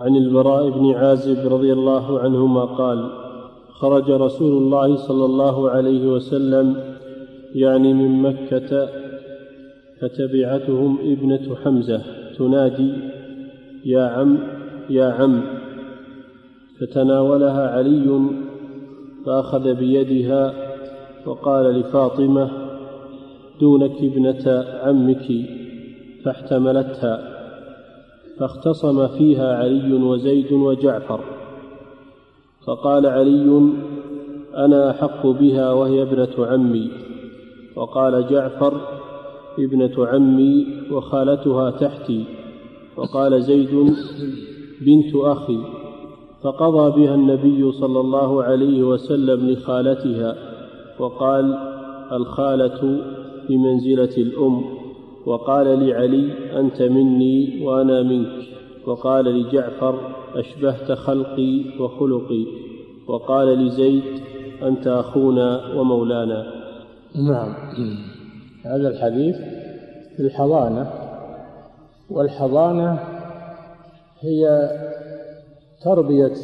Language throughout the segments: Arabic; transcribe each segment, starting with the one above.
عن البراء بن عازب رضي الله عنهما قال: خرج رسول الله صلى الله عليه وسلم يعني من مكة، فتبعتهم ابنة حمزة تنادي: يا عم يا عم، فتناولها علي فأخذ بيدها وقال لفاطمة: دونك ابنة عمك، فاحتملتها، فاختصم فيها علي وزيد وجعفر، فقال علي: أنا أحق بها وهي ابنة عمي. وقال جعفر: ابنة عمي وخالتها تحتي. وقال زيد: بنت أخي. فقضى بها النبي صلى الله عليه وسلم لخالتها، وقال: الخالة بمنزلة الأم. وقال لعلي: أنت مني وأنا منك. وقال لجعفر: أشبهت خلقي وخلقي. وقال لزيد: أنت أخونا ومولانا. نعم. هذا الحديث في الحضانة، والحضانة هي تربية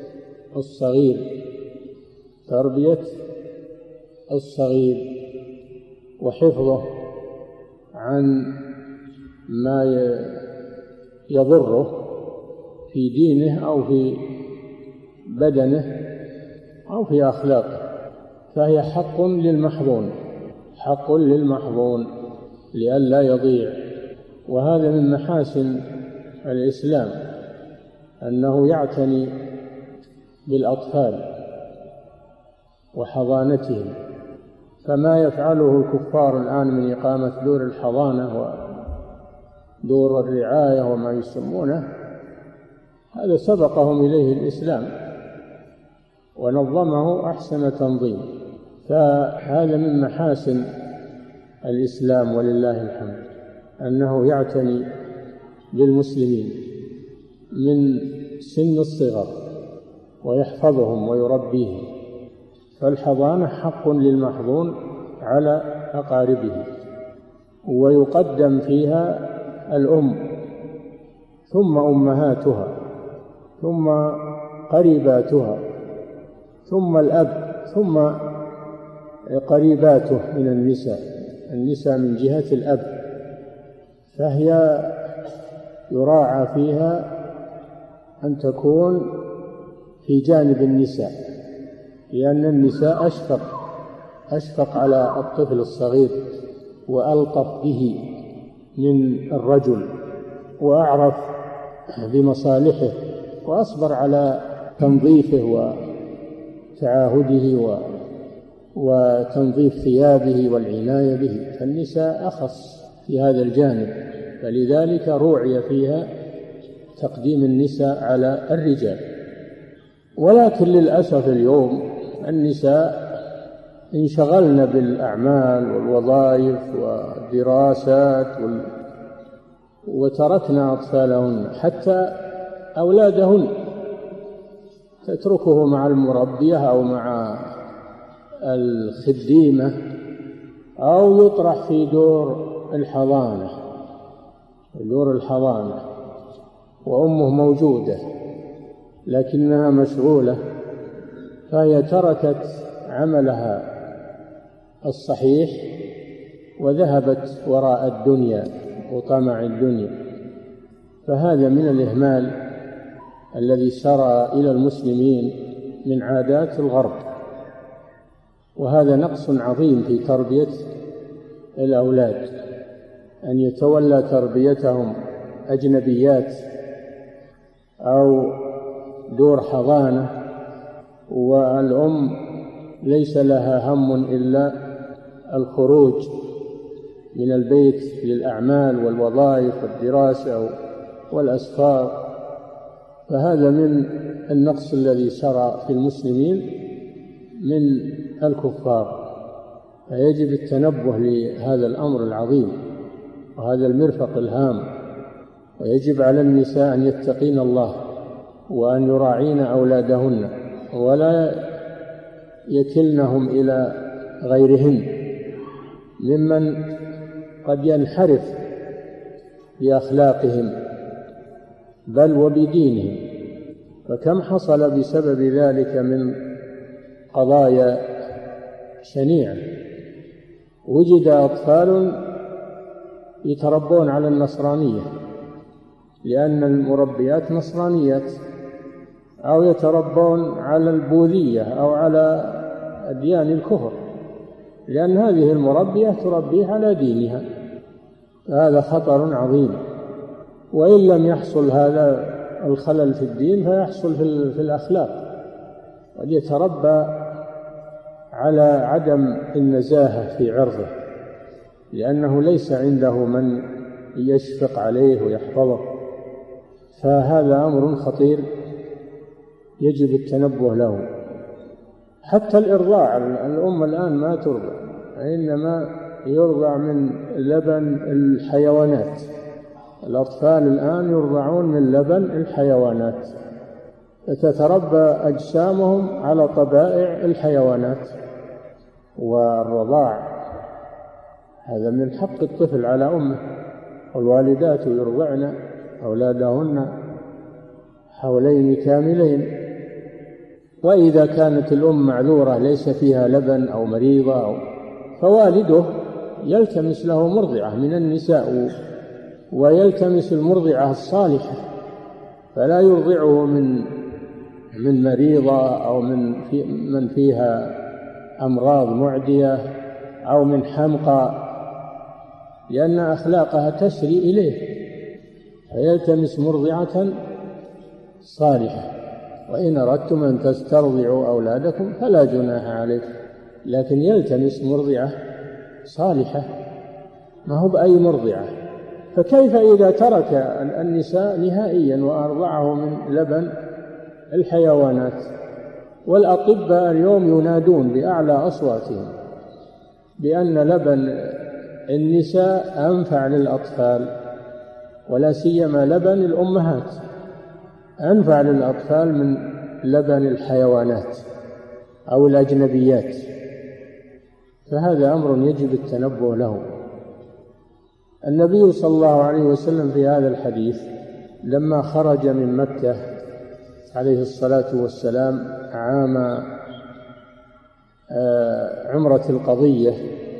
الصغير وحفظه عن ما يضره في دينه أو في بدنه أو في أخلاقه، فهي حق للمحظون لئلا يضيع. وهذا من محاسن الإسلام أنه يعتني بالأطفال وحضانتهم، فما يفعله الكفار الآن من إقامة دور الحضانة ودور الرعاية وما يسمونه، هذا سبقهم إليه الإسلام ونظمه أحسن تنظيم. فهذا من محاسن الإسلام ولله الحمد، أنه يعتني بالمسلمين من سن الصغر ويحفظهم ويربيهم. فالحضانة حق للمحظون على أقاربه، ويقدم فيها الأم ثم أمهاتها ثم قريباتها ثم الأب ثم قريباته من النساء من جهة الأب، فهي يراعى فيها أن تكون في جانب النساء، لأن النساء أشفق على الطفل الصغير وألطف به من الرجل وأعرف بمصالحه وأصبر على تنظيفه وتعاهده وتنظيف ثيابه والعناية به، فالنساء أخص في هذا الجانب، فلذلك روعي فيها تقديم النساء على الرجال. ولكن للأسف اليوم النساء انشغلن بالأعمال والوظائف والدراسات وتركنا أطفالهن، حتى أولادهن تتركه مع المربية أو مع الخديمة أو يطرح في دور الحضانة وأمه موجودة لكنها مشغولة، فهي تركت عملها الصحيح وذهبت وراء الدنيا وطمع الدنيا. فهذا من الإهمال الذي سرى إلى المسلمين من عادات الغرب، وهذا نقص عظيم في تربية الأولاد، أن يتولى تربيتهم أجنبيات أو دور حضانة، والأم ليس لها هم إلا الخروج من البيت للأعمال والوظائف والدراسة والأسفار. فهذا من النقص الذي سرى في المسلمين من الكفار، فيجب التنبه لهذا الأمر العظيم وهذا المرفق الهام، ويجب على النساء أن يتقين الله وأن يراعين أولادهن ولا يكلنهم إلى غيرهن ممن قد ينحرف بأخلاقهم بل وبدينهم. فكم حصل بسبب ذلك من قضايا شنيعة. وجد أطفال يتربون على النصرانية لأن المربيات نصرانيات، أو يتربون على البوذية أو على أديان الكفر، لأن هذه المربية تربيه على دينها. هذا خطر عظيم. وإن لم يحصل هذا الخلل في الدين فيحصل في الأخلاق، قد يتربى على عدم النزاهة في عرضه لأنه ليس عنده من يشفق عليه ويحفظه. فهذا أمر خطير يجب التنبه له. حتى الإرضاع، الأم الآن ما ترضع، إنما يرضع من لبن الحيوانات. الأطفال الآن يرضعون من لبن الحيوانات، فتتربى أجسامهم على طبائع الحيوانات. والرضاع هذا من حق الطفل على أمه، والوالدات يرضعن أولادهن حولين كاملين. وإذا كانت الأم معذورة ليس فيها لبن أو مريضة فوالده يلتمس له مرضعة من النساء، ويلتمس المرضعة الصالحة، فلا يرضعه من مريضة أو من فيها أمراض معدية أو من حمقى، لأن أخلاقها تسري إليه، فيلتمس مرضعة صالحة. وإن أردتم أن تسترضعوا أولادكم فلا جناح عليكم، لكن يلتمس مرضعة صالحة، ما هو بأي مرضعة. فكيف إذا ترك النساء نهائيا وأرضعه من لبن الحيوانات؟ والأطباء اليوم ينادون بأعلى أصواتهم بأن لبن النساء أنفع للأطفال، ولا سيما لبن الأمهات أنفع للأطفال من لبن الحيوانات أو الأجنبيات. فهذا أمر يجب التنبه له. النبي صلى الله عليه وسلم في هذا الحديث لما خرج من مكة عليه الصلاة والسلام عام عمرة القضية،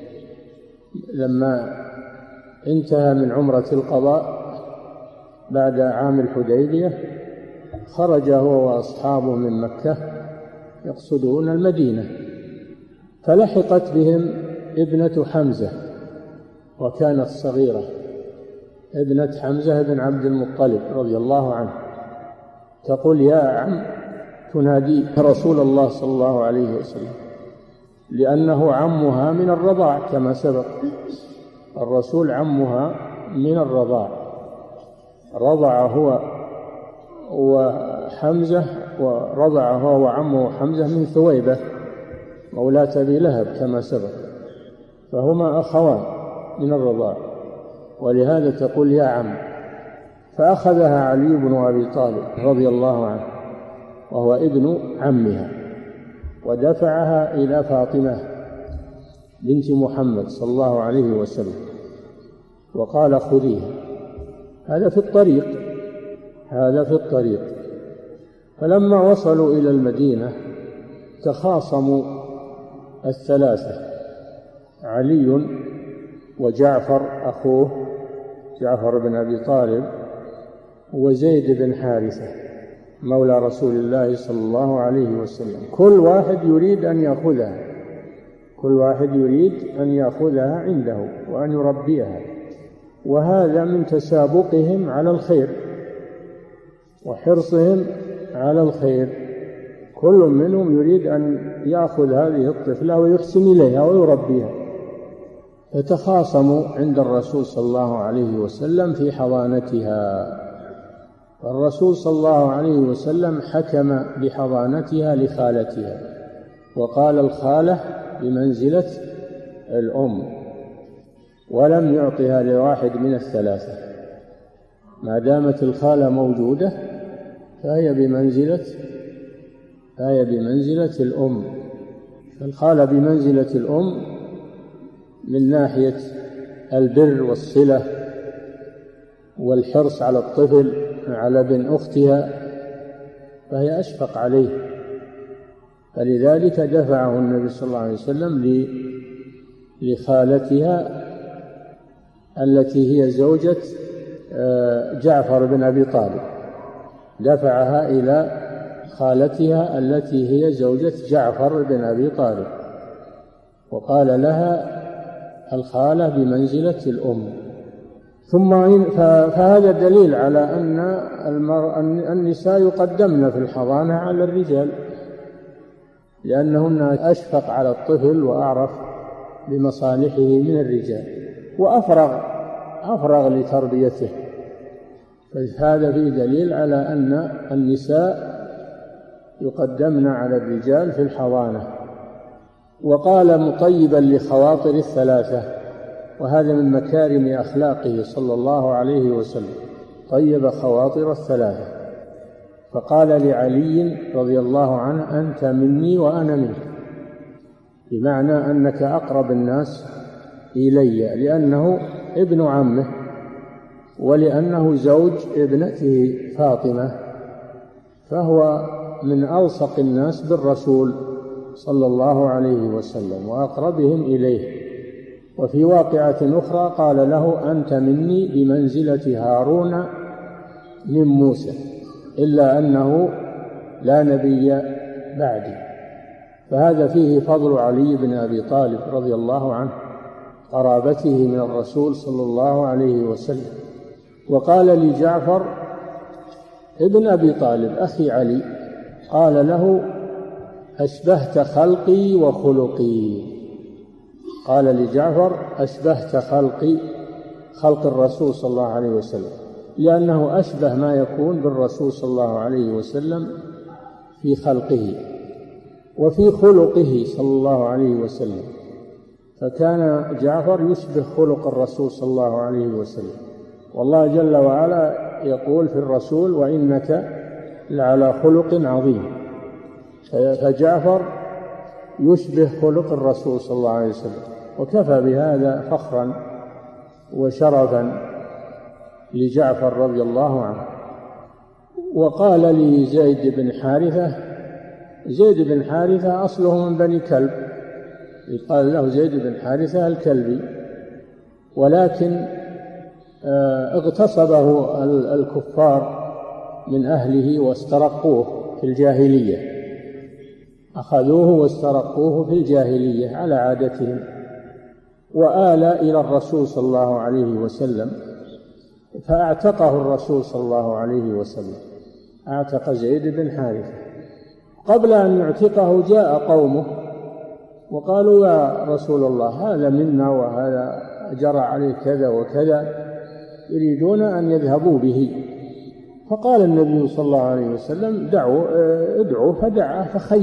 لما انتهى من عمرة القضاء بعد عام الحديبية، خرج هو وأصحابه من مكة يقصدون المدينة، فلحقت بهم ابنة حمزة وكانت صغيرة، ابنة حمزة بن عبد المطلب رضي الله عنه، تقول يا عم، تنادي رسول الله صلى الله عليه وسلم، لأنه عمها من الرضاع كما سبق. الرسول عمها من الرضاع، رضع هو وحمزة، ورضع هو وعمه حمزة من ثويبة مولاة أبي لهب كما سبق، فهما أخوان من الرضاع، ولهذا تقول يا عم. فأخذها علي بن أبي طالب رضي الله عنه وهو ابن عمها، ودفعها إلى فاطمة بنت محمد صلى الله عليه وسلم، وقال خذيها. هذا في الطريق. فلما وصلوا إلى المدينة تخاصموا الثلاثة، علي وجعفر أخوه جعفر بن أبي طالب، وزيد بن حارثة مولى رسول الله صلى الله عليه وسلم. كل واحد يريد أن يأخذها عنده وأن يربيها، وهذا من تسابقهم على الخير وحرصهم على الخير. كل منهم يريد أن يأخذ هذه الطفلة ويحسن إليها ويربيها، فتخاصموا عند الرسول صلى الله عليه وسلم في حضانتها. فالرسول صلى الله عليه وسلم حكم بحضانتها لخالتها، وقال الخالة بمنزلة الأم، ولم يعطها لواحد من الثلاثة. ما دامت الخالة موجودة فهي بمنزلة الأم. فالخالة بمنزلة الأم من ناحية البر والصلة والحرص على الطفل على ابن أختها، فهي أشفق عليه، فلذلك دفعه النبي صلى الله عليه وسلم لخالتها التي هي زوجة جعفر بن أبي طالب، دفعها إلى خالتها التي هي زوجة جعفر بن أبي طالب، وقال لها الخالة بمنزلة الأم. ثم فهذا دليل على أن النساء يقدمن في الحضانة على الرجال، لأنهن أشفق على الطفل وأعرف بمصالحه من الرجال وأفرغ لتربيته. فهذا فيه دليل على أن النساء يقدمن على الرجال في الحضانة. وقال مطيبا لخواطر الثلاثة، وهذا من مكارم أخلاقه صلى الله عليه وسلم، طيب خواطر الثلاثة. فقال لعلي رضي الله عنه أنت مني وأنا منك، بمعنى أنك أقرب الناس إلي، لأنه ابن عمه ولأنه زوج ابنته فاطمة، فهو من ألصق الناس بالرسول صلى الله عليه وسلم وأقربهم إليه. وفي واقعة أخرى قال له أنت مني بمنزلة هارون من موسى، إلا أنه لا نبي بعدي. فهذا فيه فضل علي بن أبي طالب رضي الله عنه، قرابته من الرسول صلى الله عليه وسلم. وقال لجعفر ابن أبي طالب أخي علي، قال له أشبهت خلقي وخلقي، قال لجعفر أشبهت خلق الرسول صلى الله عليه وسلم، لأنه أشبه ما يكون بالرسول صلى الله عليه وسلم في خلقه وفي خلقه صلى الله عليه وسلم، فكان جعفر يشبه خلق الرسول صلى الله عليه وسلم. والله جل وعلا يقول في الرسول وإنك لعلى خلق عظيم، فجعفر يشبه خلق الرسول صلى الله عليه وسلم، وكفى بهذا فخرا وشرفا لجعفر رضي الله عنه. وقال لزيد بن حارثة، زيد بن حارثة أصله من بني كلب، يقال له زيد بن حارثة الكلبي، ولكن اغتصبه الكفار من أهله واسترقوه في الجاهلية، أخذوه واسترقوه في الجاهلية على عادتهم، وآل إلى الرسول صلى الله عليه وسلم، فأعتقه الرسول صلى الله عليه وسلم، أعتق زيد بن حارثة. قبل أن يعتقه جاء قومه وقالوا يا رسول الله هذا منا وهذا جرى عليه كذا وكذا، يريدون أن يذهبوا به. فقال النبي صلى الله عليه وسلم ادعوا فدعا،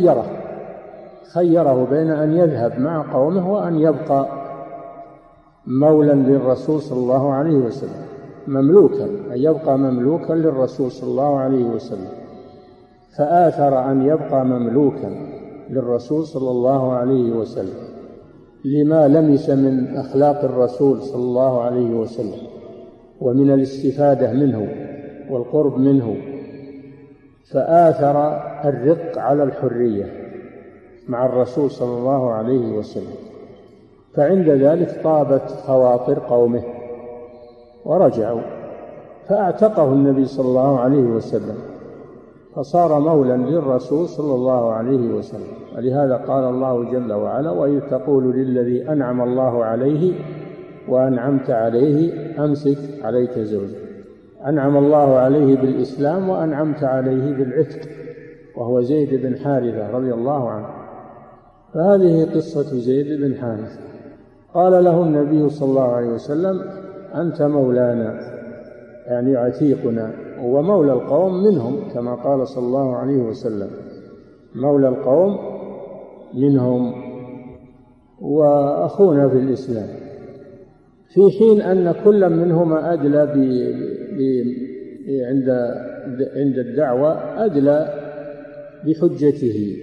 خيره بين أن يذهب مع قومه وأن يبقى مولا للرسول صلى الله عليه وسلم، مملوكا، أن يبقى مملوكا للرسول صلى الله عليه وسلم. فآثر أن يبقى مملوكا للرسول صلى الله عليه وسلم لما لمس من أخلاق الرسول صلى الله عليه وسلم ومن الاستفادة منه والقرب منه، فآثر الرق على الحرية مع الرسول صلى الله عليه وسلم. فعند ذلك طابت خواطر قومه ورجعوا، فأعتقه النبي صلى الله عليه وسلم، فصار مولا للرسول صلى الله عليه وسلم. ولهذا قال الله جل وعلا وإذ تقول للذي أنعم الله عليه وأنعمت عليه أمسك عليك زوجك. أنعم الله عليه بالإسلام وأنعمت عليه بالعتق، وهو زيد بن حارثة رضي الله عنه. فهذه قصة زيد بن حارثة. قال له النبي صلى الله عليه وسلم أنت مولانا، يعني عتيقنا، ومولى القوم منهم كما قال صلى الله عليه وسلم، مولى القوم منهم وأخونا في الإسلام، في حين أن كل منهما أدلى عند الدعوة أدلى بحجته.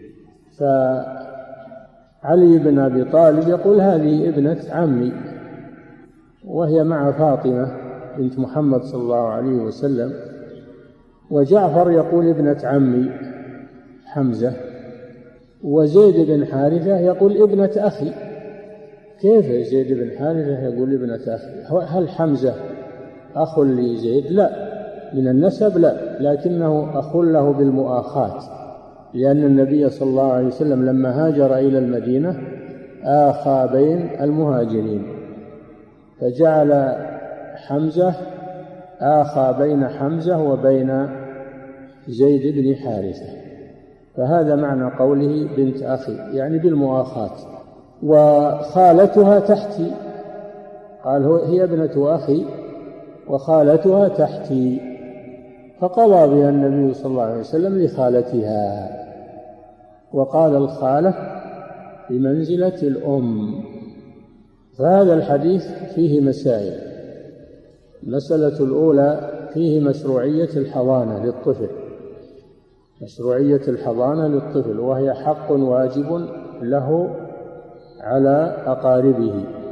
فعلي بن أبي طالب يقول هذه ابنة عمي، وهي مع فاطمة بنت محمد صلى الله عليه وسلم وجعفر يقول ابنة عمي حمزة، وزيد بن حارثة يقول ابنة أخي. كيف زيد بن حارثة يقول ابنة أخي؟ هل حمزة أخ لزيد؟ لا، من النسب لا، لكنه أخ له بالمؤاخاة، لأن النبي صلى الله عليه وسلم لما هاجر إلى المدينة آخى بين المهاجرين، فجعل حمزة آخى بين حمزة وبين زيد بن حارثة، فهذا معنى قوله بنت أخي، يعني بالمؤاخاة. وخالتها تحتي، قال هي ابنة أخي وخالتها تحتي، فقضى بها النبي صلى الله عليه وسلم لخالتها، وقال الخالة بمنزلة الأم. فهذا الحديث فيه مسائل. المسألة الأولى فيه مشروعية الحضانة للطفل، مشروعية الحضانة للطفل، وهي حق واجب له على أقاربه.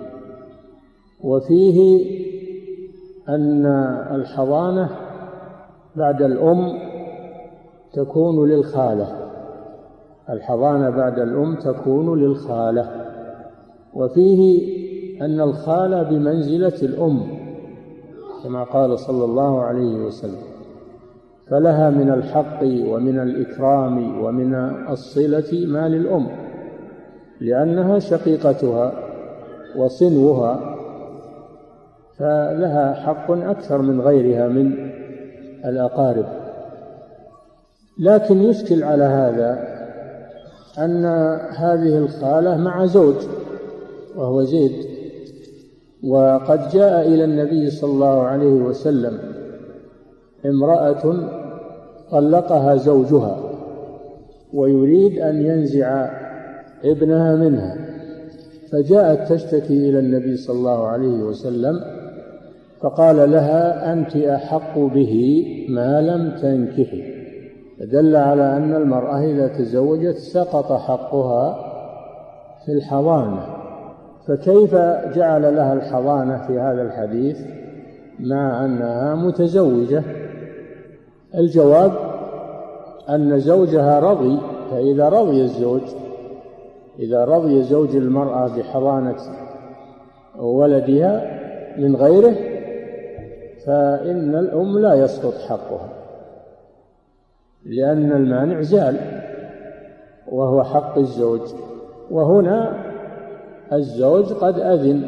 وفيه أن الحضانة بعد الأم تكون للخالة، الحضانة بعد الأم تكون للخالة. وفيه أن الخالة بمنزلة الأم كما قال صلى الله عليه وسلم، فلها من الحق ومن الإكرام ومن الصلة ما للأم، لأنها شقيقتها وصنوها، فلها حق أكثر من غيرها من الأقارب. لكن يشكل على هذا أن هذه الخالة مع زوج وهو زيد، وقد جاء إلى النبي صلى الله عليه وسلم امرأة طلقها زوجها ويريد أن ينزع ابنها منها، فجاءت تشتكي إلى النبي صلى الله عليه وسلم، فقال لها أنت أحق به ما لم تنكحي، فدل على أن المرأة إذا تزوجت سقط حقها في الحضانة. فكيف جعل لها الحضانة في هذا الحديث مع أنها متزوجة؟ الجواب أن زوجها رضي، فإذا رضي الزوج، إذا رضي زوج المرأة بحضانة ولدها من غيره فإن الأم لا يسقط حقها، لأن المانع زال وهو حق الزوج. وهنا الزوج قد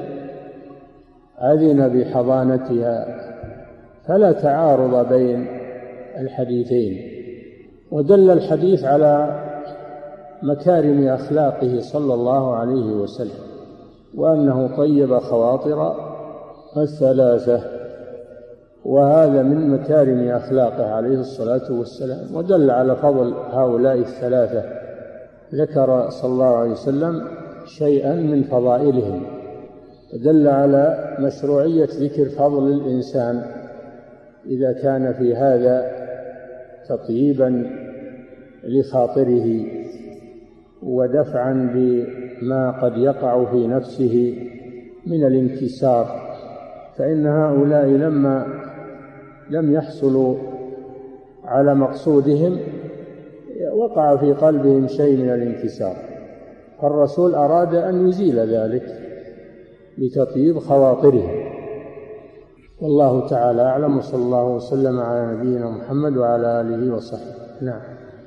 أذن بحضانتها، فلا تعارض بين الحديثين. ودل الحديث على مكارم أخلاقه صلى الله عليه وسلم، وأنه طيب خواطر الثلاثة، وهذا من مكارم أخلاقه عليه الصلاة والسلام. ودل على فضل هؤلاء الثلاثة، ذكر صلى الله عليه وسلم شيئا من فضائلهم، ودل على مشروعية ذكر فضل الإنسان إذا كان في هذا تطييبا لخاطره ودفعا بما قد يقع في نفسه من الانكسار. فإن هؤلاء لما لم يحصلوا على مقصودهم وقع في قلبهم شيء من الانكسار، فالرسول أراد أن يزيل ذلك لتطيب خواطرهم. والله تعالى أعلم، وصلى الله وسلم على نبينا محمد وعلى آله وصحبه. نعم.